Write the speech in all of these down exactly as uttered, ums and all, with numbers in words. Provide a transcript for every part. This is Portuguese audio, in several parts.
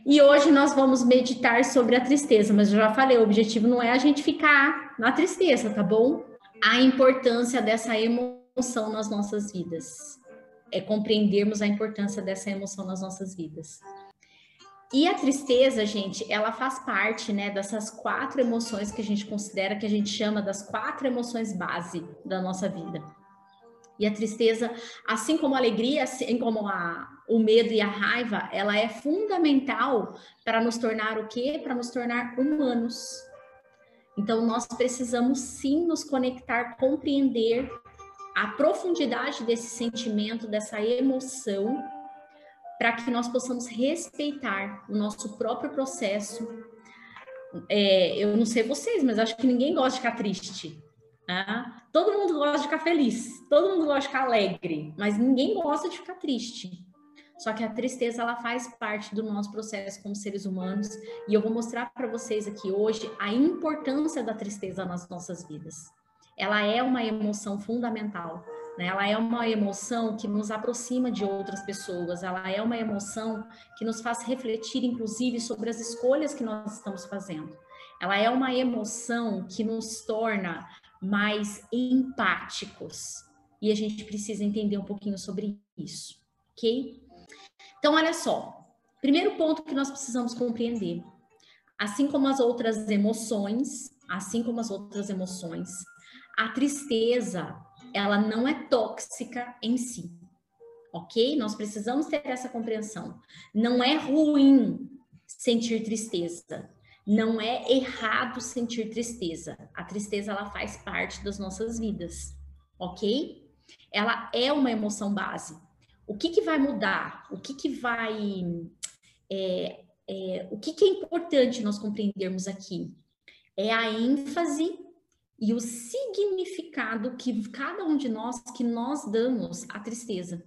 E hoje nós vamos meditar sobre a tristeza, mas eu já falei, o objetivo não é a gente ficar na tristeza, tá bom? A importância dessa emoção nas nossas vidas. É compreendermos a importância dessa emoção nas nossas vidas. E a tristeza, gente, ela faz parte, né, dessas quatro emoções que a gente considera, que a gente chama das quatro emoções base da nossa vida. E a tristeza, assim como a alegria, assim como a, o medo e a raiva, ela é fundamental para nos tornar o quê? Para nos tornar humanos. Então, nós precisamos sim nos conectar, compreender a profundidade desse sentimento, dessa emoção, para que nós possamos respeitar o nosso próprio processo. É, eu não sei vocês, mas acho que ninguém gosta de ficar triste. Tá? Todo mundo gosta de ficar feliz, todo mundo gosta de ficar alegre, mas ninguém gosta de ficar triste. Só que a tristeza, ela faz parte do nosso processo como seres humanos, e eu vou mostrar para vocês aqui hoje a importância da tristeza nas nossas vidas. Ela é uma emoção fundamental, né? Ela é uma emoção que nos aproxima de outras pessoas, ela é uma emoção que nos faz refletir, inclusive, sobre as escolhas que nós estamos fazendo. Ela é uma emoção que nos torna mais empáticos, e a gente precisa entender um pouquinho sobre isso, ok? Então, olha só, primeiro ponto que nós precisamos compreender, assim como as outras emoções, assim como as outras emoções, a tristeza, ela não é tóxica em si, ok? Nós precisamos ter essa compreensão. Não é ruim sentir tristeza, não é errado sentir tristeza. A tristeza, ela faz parte das nossas vidas, ok? Ela é uma emoção base. O que que vai mudar? O que que vai... É, é, o que que é importante nós compreendermos aqui? É a ênfase e o significado que cada um de nós, que nós damos à tristeza.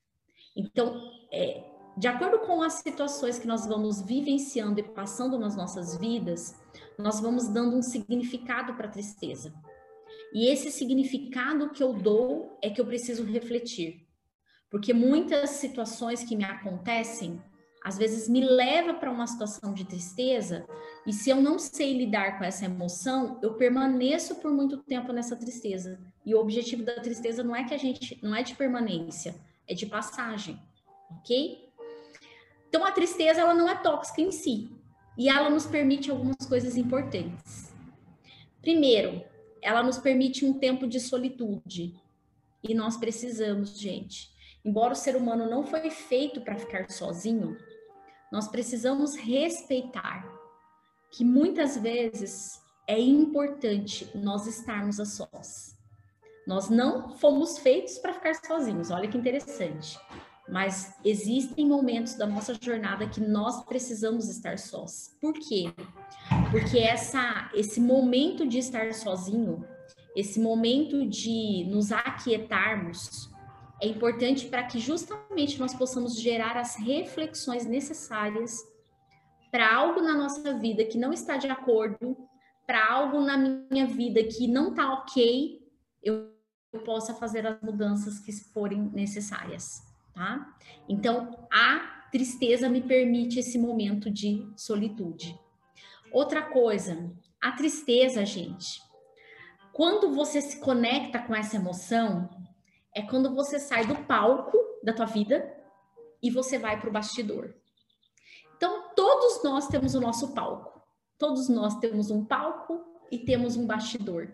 Então, é, de acordo com as situações que nós vamos vivenciando e passando nas nossas vidas, nós vamos dando um significado para a tristeza. E esse significado que eu dou é que eu preciso refletir. Porque muitas situações que me acontecem, às vezes me leva para uma situação de tristeza, e se eu não sei lidar com essa emoção, eu permaneço por muito tempo nessa tristeza. E o objetivo da tristeza não é que a gente, não é de permanência, é de passagem, ok? Então a tristeza, ela não é tóxica em si, e ela nos permite algumas coisas importantes. Primeiro, ela nos permite um tempo de solitude, e nós precisamos, gente. Embora o ser humano não foi feito para ficar sozinho, nós precisamos respeitar que muitas vezes é importante nós estarmos a sós. Nós não fomos feitos para ficar sozinhos, olha que interessante. Mas existem momentos da nossa jornada que nós precisamos estar sós. Por quê? Porque essa, esse momento de estar sozinho, esse momento de nos aquietarmos, é importante para que justamente nós possamos gerar as reflexões necessárias para algo na nossa vida que não está de acordo, para algo na minha vida que não está ok, eu, eu possa fazer as mudanças que forem necessárias, tá? Então, a tristeza me permite esse momento de solitude. Outra coisa, a tristeza, gente, quando você se conecta com essa emoção, é quando você sai do palco da tua vida e você vai para o bastidor. Então, todos nós temos o nosso palco. Todos nós temos um palco e temos um bastidor.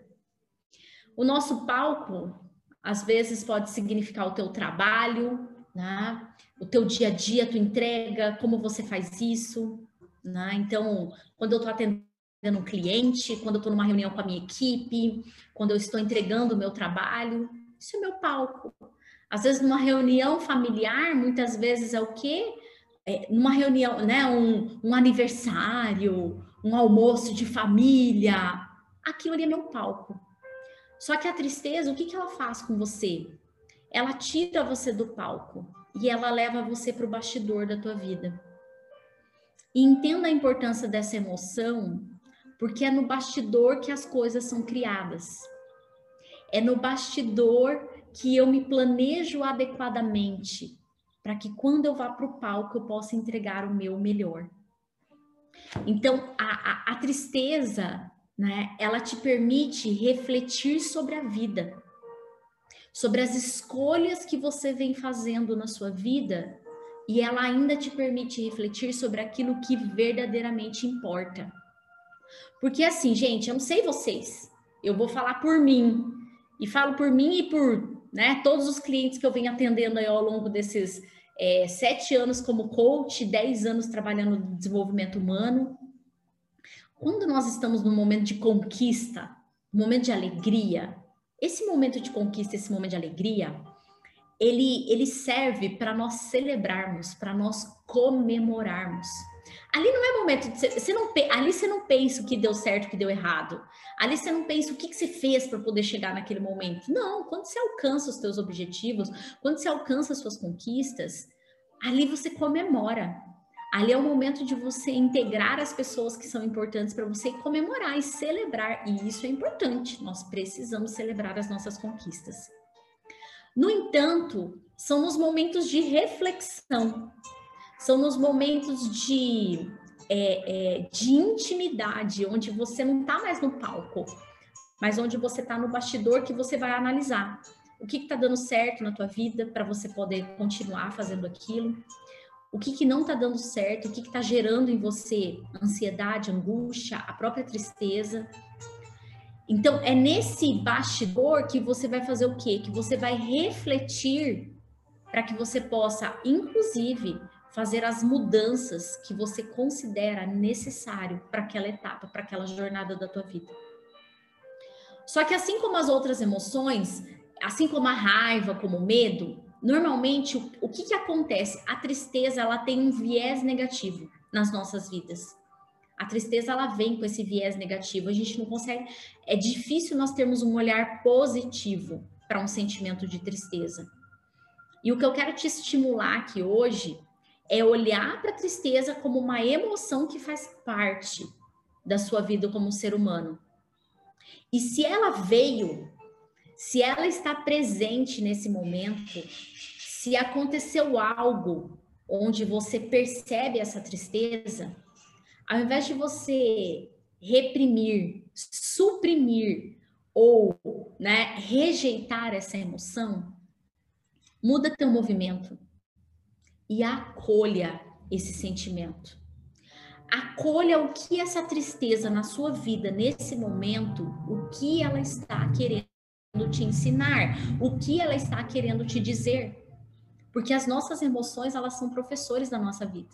O nosso palco, às vezes, pode significar o teu trabalho, né? O teu dia a dia, a tua entrega, como você faz isso, né? Então, quando eu estou atendendo um cliente, quando eu estou numa reunião com a minha equipe, quando eu estou entregando o meu trabalho, isso é meu palco. Às vezes, numa reunião familiar, muitas vezes é o quê? É, numa reunião, né? Um, um aniversário, um almoço de família, aquilo ali é meu palco. Só que a tristeza, o que, que ela faz com você? Ela tira você do palco e ela leva você para o bastidor da tua vida. E entenda a importância dessa emoção, porque é no bastidor que as coisas são criadas. É no bastidor que eu me planejo adequadamente, para que quando eu vá para o palco eu possa entregar o meu melhor. Então, a, a, a tristeza, né, ela te permite refletir sobre a vida, sobre as escolhas que você vem fazendo na sua vida, e ela ainda te permite refletir sobre aquilo que verdadeiramente importa. Porque assim, gente, eu não sei vocês, eu vou falar por mim, e falo por mim e por, né, todos os clientes que eu venho atendendo aí ao longo desses é, sete anos como coach, dez anos trabalhando no desenvolvimento humano. Quando nós estamos num momento de conquista, um momento de alegria, esse momento de conquista, esse momento de alegria, ele, ele serve para nós celebrarmos, para nós comemorarmos. Ali não é momento de você não, ali você não pensa o que deu certo, o que deu errado. Ali você não pensa o que, que você fez para poder chegar naquele momento. Não, quando você alcança os seus objetivos, quando você alcança as suas conquistas, ali você comemora. Ali é o momento de você integrar as pessoas que são importantes para você comemorar e celebrar. E isso é importante. Nós precisamos celebrar as nossas conquistas. No entanto, são nos momentos de reflexão, são nos momentos de, é, é, de intimidade, onde você não está mais no palco, mas onde você está no bastidor, que você vai analisar o que está dando certo na tua vida para você poder continuar fazendo aquilo, o que, que não está dando certo, o que está gerando em você ansiedade, angústia, a própria tristeza. Então, é nesse bastidor que você vai fazer o quê? Que você vai refletir para que você possa, inclusive, fazer as mudanças que você considera necessário para aquela etapa, para aquela jornada da tua vida. Só que assim como as outras emoções, assim como a raiva, como o medo, normalmente o, o que que acontece? A tristeza, ela tem um viés negativo nas nossas vidas. A tristeza, ela vem com esse viés negativo. A gente não consegue... É difícil nós termos um olhar positivo para um sentimento de tristeza. E o que eu quero te estimular aqui hoje é olhar para a tristeza como uma emoção que faz parte da sua vida como ser humano. E se ela veio, se ela está presente nesse momento, se aconteceu algo onde você percebe essa tristeza, ao invés de você reprimir, suprimir ou, né, rejeitar essa emoção, muda teu movimento e acolha esse sentimento. Acolha o que essa tristeza na sua vida, nesse momento, o que ela está querendo te ensinar, o que ela está querendo te dizer. Porque as nossas emoções, elas são professores da nossa vida.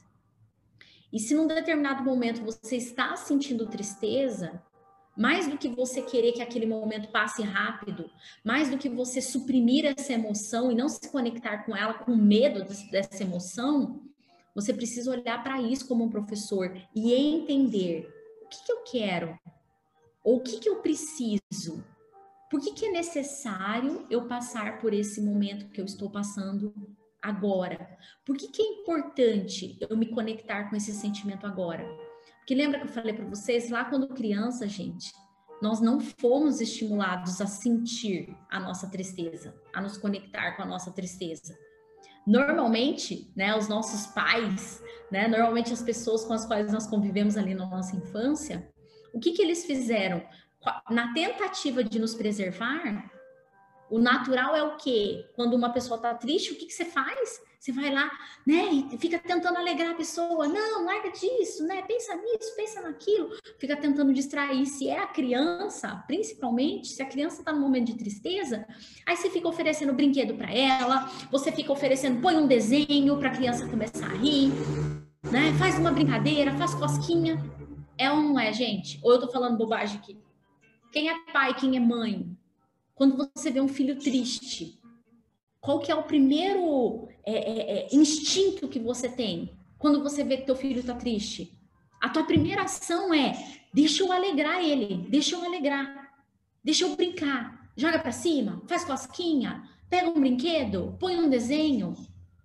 E se num determinado momento você está sentindo tristeza, mais do que você querer que aquele momento passe rápido, mais do que você suprimir essa emoção e não se conectar com ela com medo dessa emoção, você precisa olhar para isso como um professor e entender o que, que eu quero, ou o que, que eu preciso, por que, que é necessário eu passar por esse momento que eu estou passando agora? Por que, que é importante eu me conectar com esse sentimento agora? Porque lembra que eu falei para vocês, lá quando criança, gente, nós não fomos estimulados a sentir a nossa tristeza, a nos conectar com a nossa tristeza. Normalmente, né, os nossos pais, né, normalmente as pessoas com as quais nós convivemos ali na nossa infância, o que que eles fizeram? Na tentativa de nos preservar, o natural é o quê? Quando uma pessoa tá triste, o que que você faz? Você vai lá, né, e fica tentando alegrar a pessoa. Não, larga disso, né? Pensa nisso, pensa naquilo. Fica tentando distrair. Se é a criança, principalmente, se a criança tá num momento de tristeza, aí você fica oferecendo brinquedo para ela, você fica oferecendo, põe um desenho para a criança começar a rir, né? Faz uma brincadeira, faz cosquinha. É ou não é, gente? Ou eu tô falando bobagem aqui? Quem é pai, quem é mãe? Quando você vê um filho triste, qual que é o primeiro é, é, é, instinto que você tem quando você vê que teu filho está triste? A tua primeira ação é, deixa eu alegrar ele, deixa eu alegrar, deixa eu brincar, joga para cima, faz cosquinha, pega um brinquedo, põe um desenho.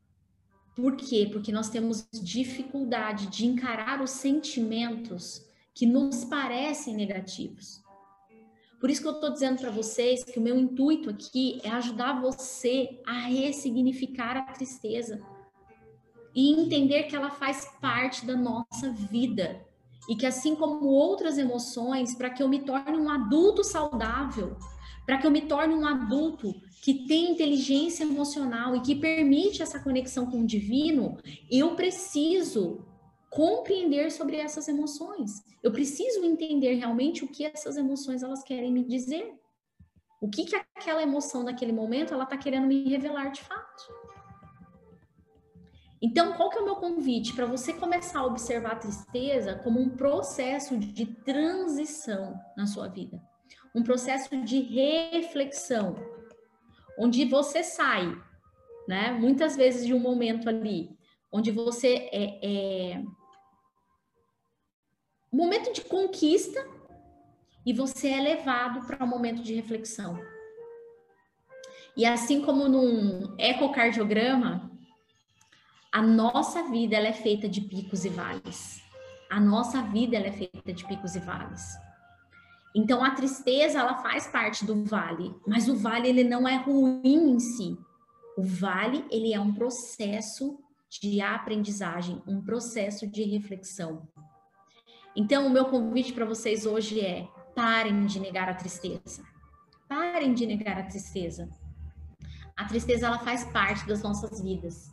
Por quê? Porque nós temos dificuldade de encarar os sentimentos que nos parecem negativos. Por isso que eu estou dizendo para vocês que o meu intuito aqui é ajudar você a ressignificar a tristeza e entender que ela faz parte da nossa vida E que assim como outras emoções, para que eu me torne um adulto saudável, para que eu me torne um adulto que tem inteligência emocional e que permite essa conexão com o divino, eu preciso compreender sobre essas emoções. Eu preciso entender realmente o que essas emoções elas querem me dizer. O que que aquela emoção naquele momento ela está querendo me revelar de fato. Então, qual que é o meu convite? Para você começar a observar a tristeza como um processo de transição na sua vida. Um processo de reflexão, onde você sai, né? Muitas vezes de um momento ali, onde você é, é um momento de conquista e você é levado para um momento de reflexão. E assim como num ecocardiograma, a nossa vida ela é feita de picos e vales. A nossa vida ela é feita de picos e vales. Então a tristeza ela faz parte do vale, mas o vale ele não é ruim em si. O vale ele é um processo de aprendizagem, um processo de reflexão. Então o meu convite para vocês hoje é: parem de negar a tristeza. Parem de negar a tristeza. A tristeza ela faz parte das nossas vidas.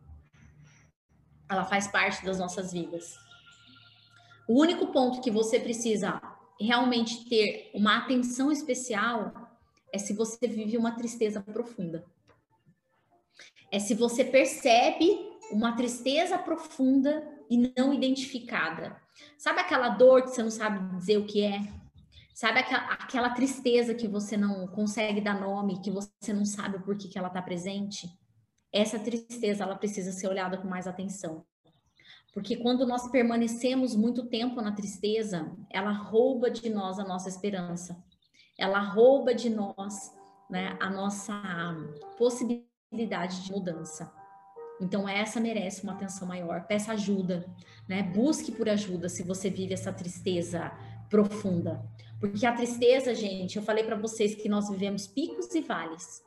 Ela faz parte das nossas vidas. O único ponto que você precisa realmente ter uma atenção especial é se você vive uma tristeza profunda. É se você percebe uma tristeza profunda e não identificada. Sabe aquela dor que você não sabe dizer o que é? Sabe aquela, aquela tristeza que você não consegue dar nome, que você não sabe por que, que ela está presente? Essa tristeza, ela precisa ser olhada com mais atenção. Porque quando nós permanecemos muito tempo na tristeza, ela rouba de nós a nossa esperança. Ela rouba de nós, né, a nossa possibilidade de mudança. Então essa merece uma atenção maior. Peça ajuda, né? Busque por ajuda se você vive essa tristeza profunda. Porque a tristeza, gente, eu falei para vocês que nós vivemos picos e vales.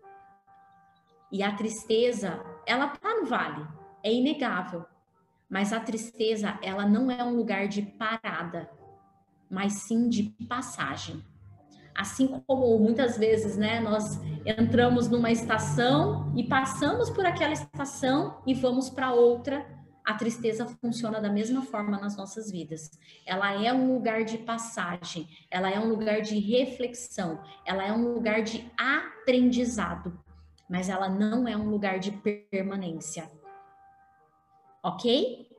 E a tristeza, ela tá no vale, é inegável. Mas a tristeza, ela não é um lugar de parada, mas sim de passagem. Assim como muitas vezes, né, nós entramos numa estação e passamos por aquela estação e vamos para outra, a tristeza funciona da mesma forma nas nossas vidas. Ela é um lugar de passagem, ela é um lugar de reflexão, ela é um lugar de aprendizado, mas ela não é um lugar de permanência. Ok?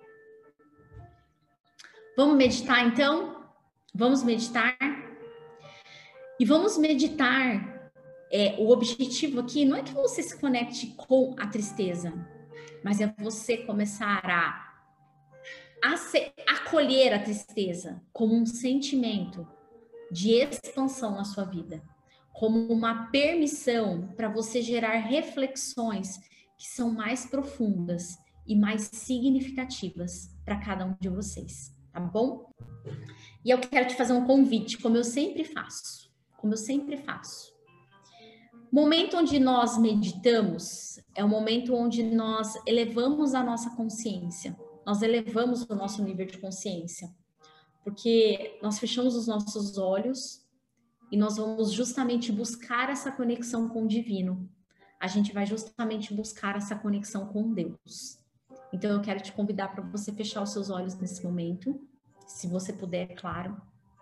Vamos meditar então? Vamos meditar? E vamos meditar. É, o objetivo aqui não é que você se conecte com a tristeza, mas é você começar a, a se, acolher a tristeza como um sentimento de expansão na sua vida, como uma permissão para você gerar reflexões que são mais profundas e mais significativas para cada um de vocês, tá bom? E eu quero te fazer um convite, como eu sempre faço, como eu sempre faço. O momento onde nós meditamos é o momento onde nós elevamos a nossa consciência, nós elevamos o nosso nível de consciência, porque nós fechamos os nossos olhos e nós vamos justamente buscar essa conexão com o divino. A gente vai justamente buscar essa conexão com Deus. Então eu quero te convidar para você fechar os seus olhos nesse momento, se você puder, claro.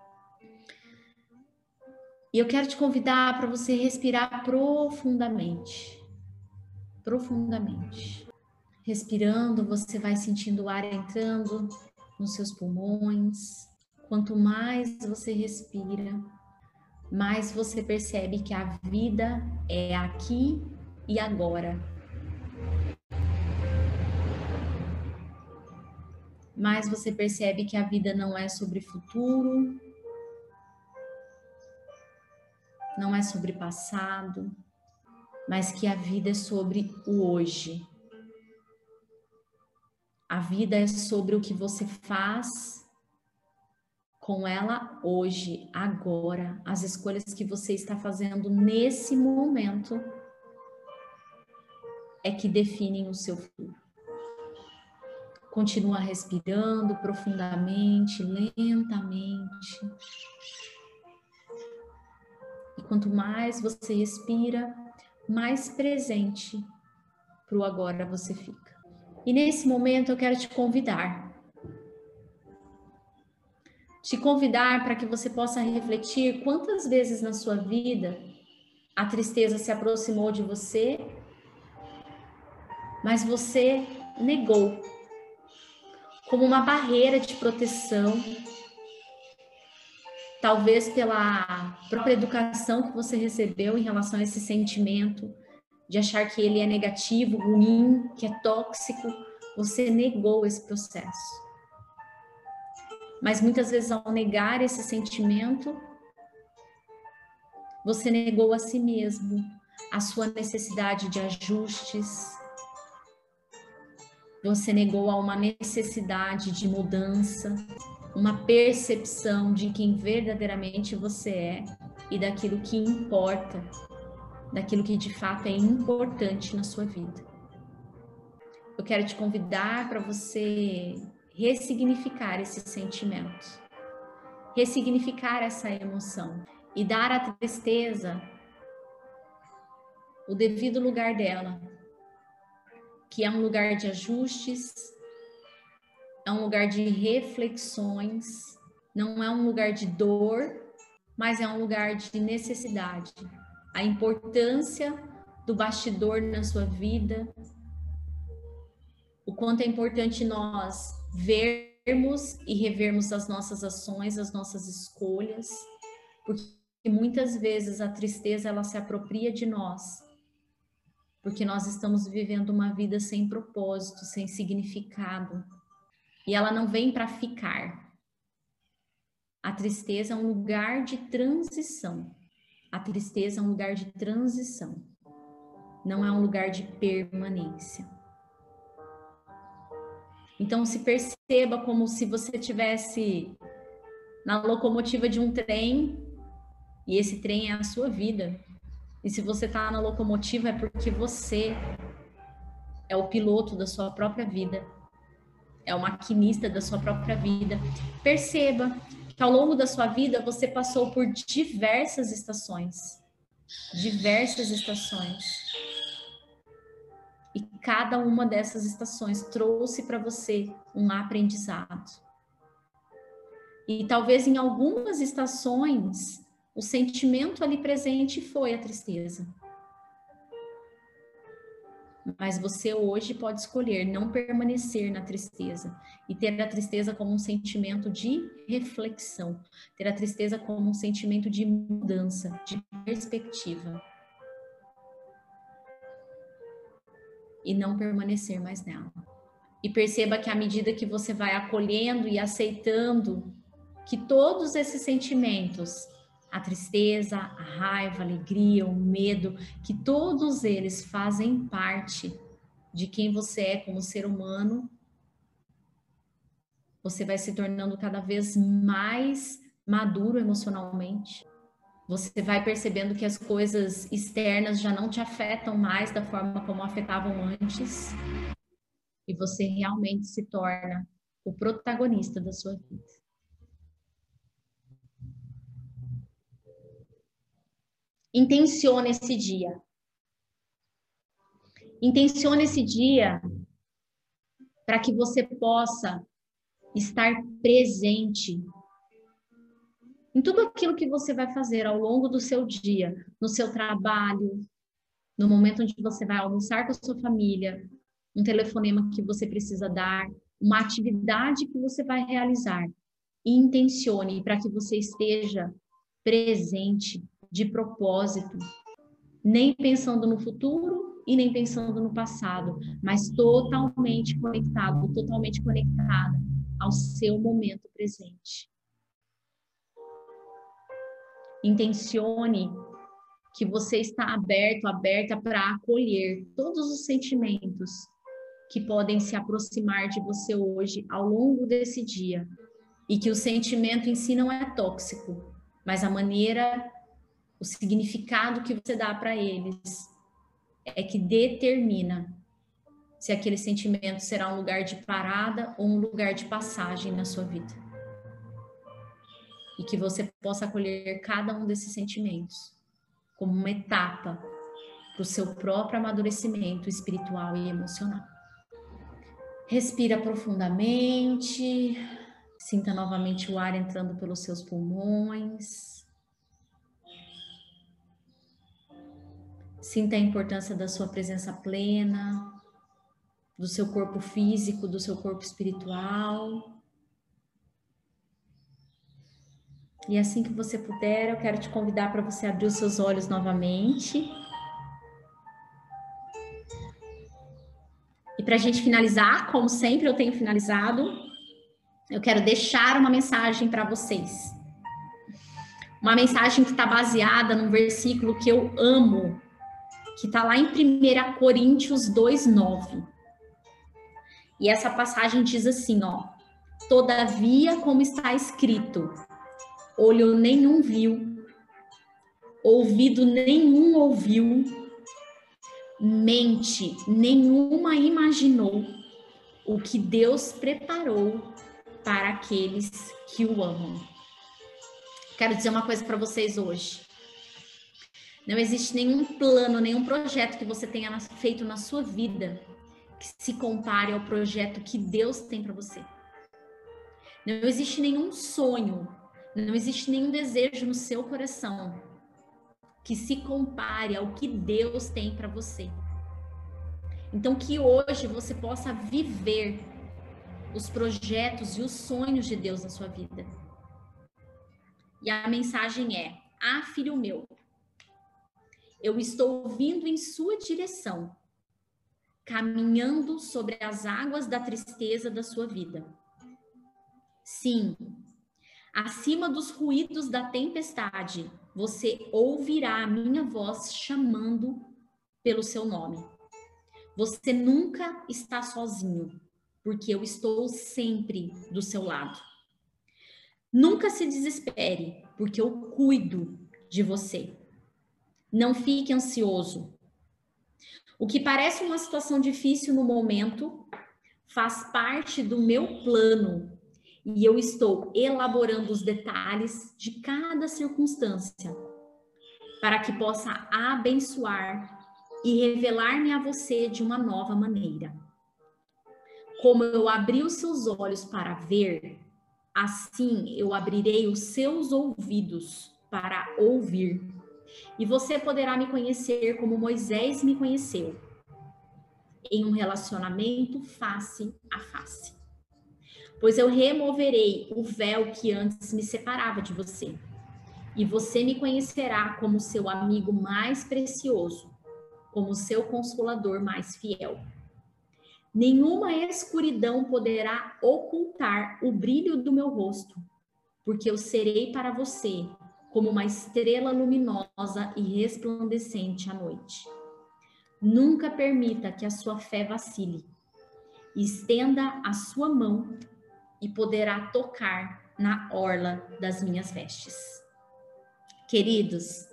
E eu quero te convidar para você respirar profundamente. Profundamente. Respirando, você vai sentindo o ar entrando nos seus pulmões. Quanto mais você respira, mais você percebe que a vida é aqui e agora. Mais você percebe que a vida não é sobre futuro, não é sobre passado, mas que a vida é sobre o hoje. A vida é sobre o que você faz com ela hoje, agora, as escolhas que você está fazendo nesse momento é que definem o seu futuro. Continua respirando profundamente, lentamente. E quanto mais você respira, mais presente para o agora você fica. E nesse momento eu quero te convidar. Te convidar para que você possa refletir quantas vezes na sua vida a tristeza se aproximou de você, mas você negou, como uma barreira de proteção, talvez pela própria educação que você recebeu em relação a esse sentimento, de achar que ele é negativo, ruim, que é tóxico, você negou esse processo. Mas muitas vezes ao negar esse sentimento, você negou a si mesmo, a sua necessidade de ajustes, você negou a uma necessidade de mudança, uma percepção de quem verdadeiramente você é e daquilo que importa, daquilo que de fato é importante na sua vida. Eu quero te convidar para você ressignificar esse sentimento, ressignificar essa emoção e dar à tristeza o devido lugar dela, que é um lugar de ajustes, é um lugar de reflexões, não é um lugar de dor, mas é um lugar de necessidade. A importância do bastidor na sua vida, o quanto é importante nós vermos e revermos as nossas ações, as nossas escolhas, porque muitas vezes a tristeza ela se apropria de nós, porque nós estamos vivendo uma vida sem propósito, sem significado, e ela não vem para ficar. A tristeza é um lugar de transição. A tristeza é um lugar de transição, não é um lugar de permanência. Então se perceba como se você estivesse na locomotiva de um trem, e esse trem é a sua vida. E se você está na locomotiva é porque você é o piloto da sua própria vida, é o maquinista da sua própria vida. Perceba que ao longo da sua vida você passou por diversas estações, diversas estações. E cada uma dessas estações trouxe para você um aprendizado. E talvez em algumas estações o sentimento ali presente foi a tristeza. Mas você hoje pode escolher não permanecer na tristeza e ter a tristeza como um sentimento de reflexão, ter a tristeza como um sentimento de mudança, de perspectiva. E não permanecer mais nela. E perceba que à medida que você vai acolhendo e aceitando que todos esses sentimentos, a tristeza, a raiva, a alegria, o medo, que todos eles fazem parte de quem você é como ser humano, você vai se tornando cada vez mais maduro emocionalmente. Você vai percebendo que as coisas externas já não te afetam mais da forma como afetavam antes. E você realmente se torna o protagonista da sua vida. Intencione esse dia. Intencione esse dia para que você possa estar presente em tudo aquilo que você vai fazer ao longo do seu dia, no seu trabalho, no momento onde você vai almoçar com a sua família, um telefonema que você precisa dar, uma atividade que você vai realizar. E intencione para que você esteja presente, de propósito, nem pensando no futuro e nem pensando no passado, mas totalmente conectado, totalmente conectada ao seu momento presente. Intencione que você está aberto, aberta para acolher todos os sentimentos que podem se aproximar de você hoje ao longo desse dia. E que o sentimento em si não é tóxico, mas a maneira, o significado que você dá para eles é que determina se aquele sentimento será um lugar de parada ou um lugar de passagem na sua vida. E que você possa acolher cada um desses sentimentos como uma etapa para o seu próprio amadurecimento espiritual e emocional. Respira profundamente, sinta novamente o ar entrando pelos seus pulmões. Sinta a importância da sua presença plena, do seu corpo físico, do seu corpo espiritual. E assim que você puder, eu quero te convidar para você abrir os seus olhos novamente. E para a gente finalizar, como sempre eu tenho finalizado, eu quero deixar uma mensagem para vocês. Uma mensagem que está baseada num versículo que eu amo, que está lá em primeira Coríntios dois, nove. E essa passagem diz assim, ó: todavia, como está escrito, olho nenhum viu, ouvido nenhum ouviu, mente nenhuma imaginou o que Deus preparou para aqueles que o amam. Quero dizer uma coisa para vocês hoje. Não existe nenhum plano, nenhum projeto que você tenha feito na sua vida que se compare ao projeto que Deus tem para você. Não existe nenhum sonho, não existe nenhum desejo no seu coração que se compare ao que Deus tem para você. Então, que hoje você possa viver os projetos e os sonhos de Deus na sua vida. E a mensagem é: ah, filho meu, eu estou vindo em sua direção, caminhando sobre as águas da tristeza da sua vida. Sim, acima dos ruídos da tempestade, você ouvirá a minha voz chamando pelo seu nome. Você nunca está sozinho, porque eu estou sempre do seu lado. Nunca se desespere, porque eu cuido de você. Não fique ansioso. O que parece uma situação difícil no momento faz parte do meu plano e eu estou elaborando os detalhes de cada circunstância para que possa abençoar e revelar-me a você de uma nova maneira. Como eu abri os seus olhos para ver, assim eu abrirei os seus ouvidos para ouvir. E você poderá me conhecer como Moisés me conheceu, em um relacionamento face a face. Pois eu removerei o véu que antes me separava de você, e você me conhecerá como seu amigo mais precioso, como seu consolador mais fiel. Nenhuma escuridão poderá ocultar o brilho do meu rosto, porque eu serei para você como uma estrela luminosa e resplandecente à noite. Nunca permita que a sua fé vacile. Estenda a sua mão e poderá tocar na orla das minhas vestes. Queridos,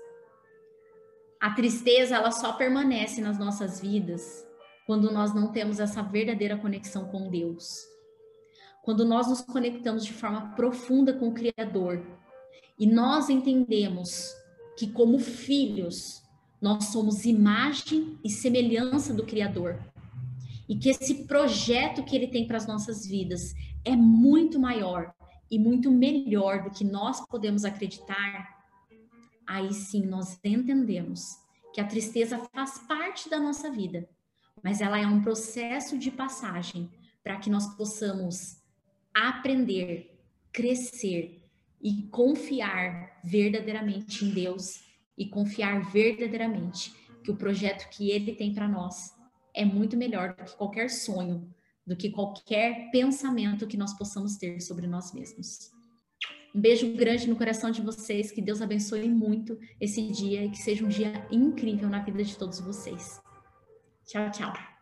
a tristeza ela só permanece nas nossas vidas quando nós não temos essa verdadeira conexão com Deus. Quando nós nos conectamos de forma profunda com o Criador e nós entendemos que como filhos nós somos imagem e semelhança do Criador e que esse projeto que Ele tem para as nossas vidas é muito maior e muito melhor do que nós podemos acreditar, aí sim nós entendemos que a tristeza faz parte da nossa vida, mas ela é um processo de passagem para que nós possamos aprender, crescer e confiar verdadeiramente em Deus e confiar verdadeiramente que o projeto que Ele tem para nós é muito melhor do que qualquer sonho, do que qualquer pensamento que nós possamos ter sobre nós mesmos. Um beijo grande no coração de vocês, que Deus abençoe muito esse dia e que seja um dia incrível na vida de todos vocês. Tchau, tchau.